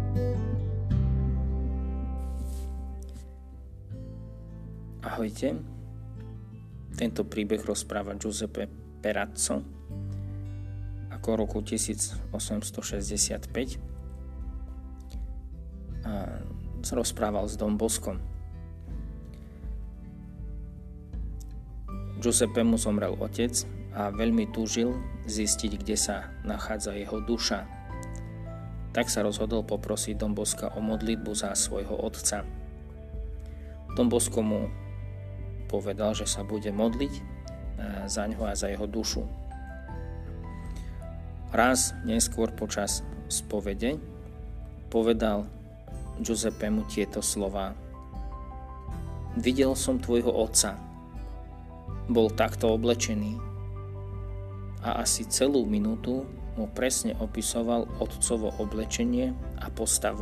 Ahojte. Tento príbeh rozpráva Giuseppe Perazzo ako roku 1865 a rozprával s Don Boscom. Giuseppe mu zomrel otec a veľmi túžil zistiť, kde sa nachádza jeho duša. Tak sa rozhodol poprosiť Don Bosca o modlitbu za svojho otca. Don Bosco mu povedal, že sa bude modliť za ňoho a za jeho dušu. Raz neskôr počas spovede povedal Giuseppemu tieto slová: Videl som tvojho otca. Bol takto oblečený a asi celú minútu mu presne opisoval otcovo oblečenie a postavu.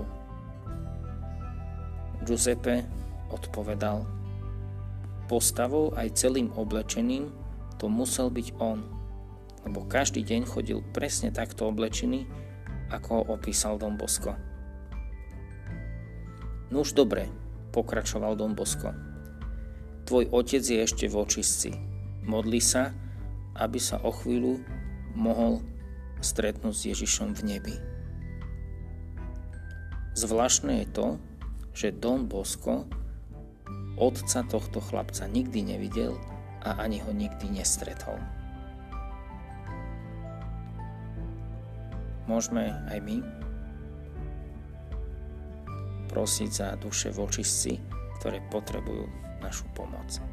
Giuseppe odpovedal: Postavou aj celým oblečením to musel byť on, lebo každý deň chodil presne takto oblečený, ako ho opísal Don Bosco. Nuž dobre, pokračoval Don Bosco. Tvoj otec je ešte v očistci. Modli sa, aby sa o chvíľu mohol stretnúť s Ježišom v nebi. Zvláštne je to, že Don Bosco otca tohto chlapca nikdy nevidel a ani ho nikdy nestretol. Môžeme aj my prosiť za duše v očistci, ktoré potrebujú našu pomoc.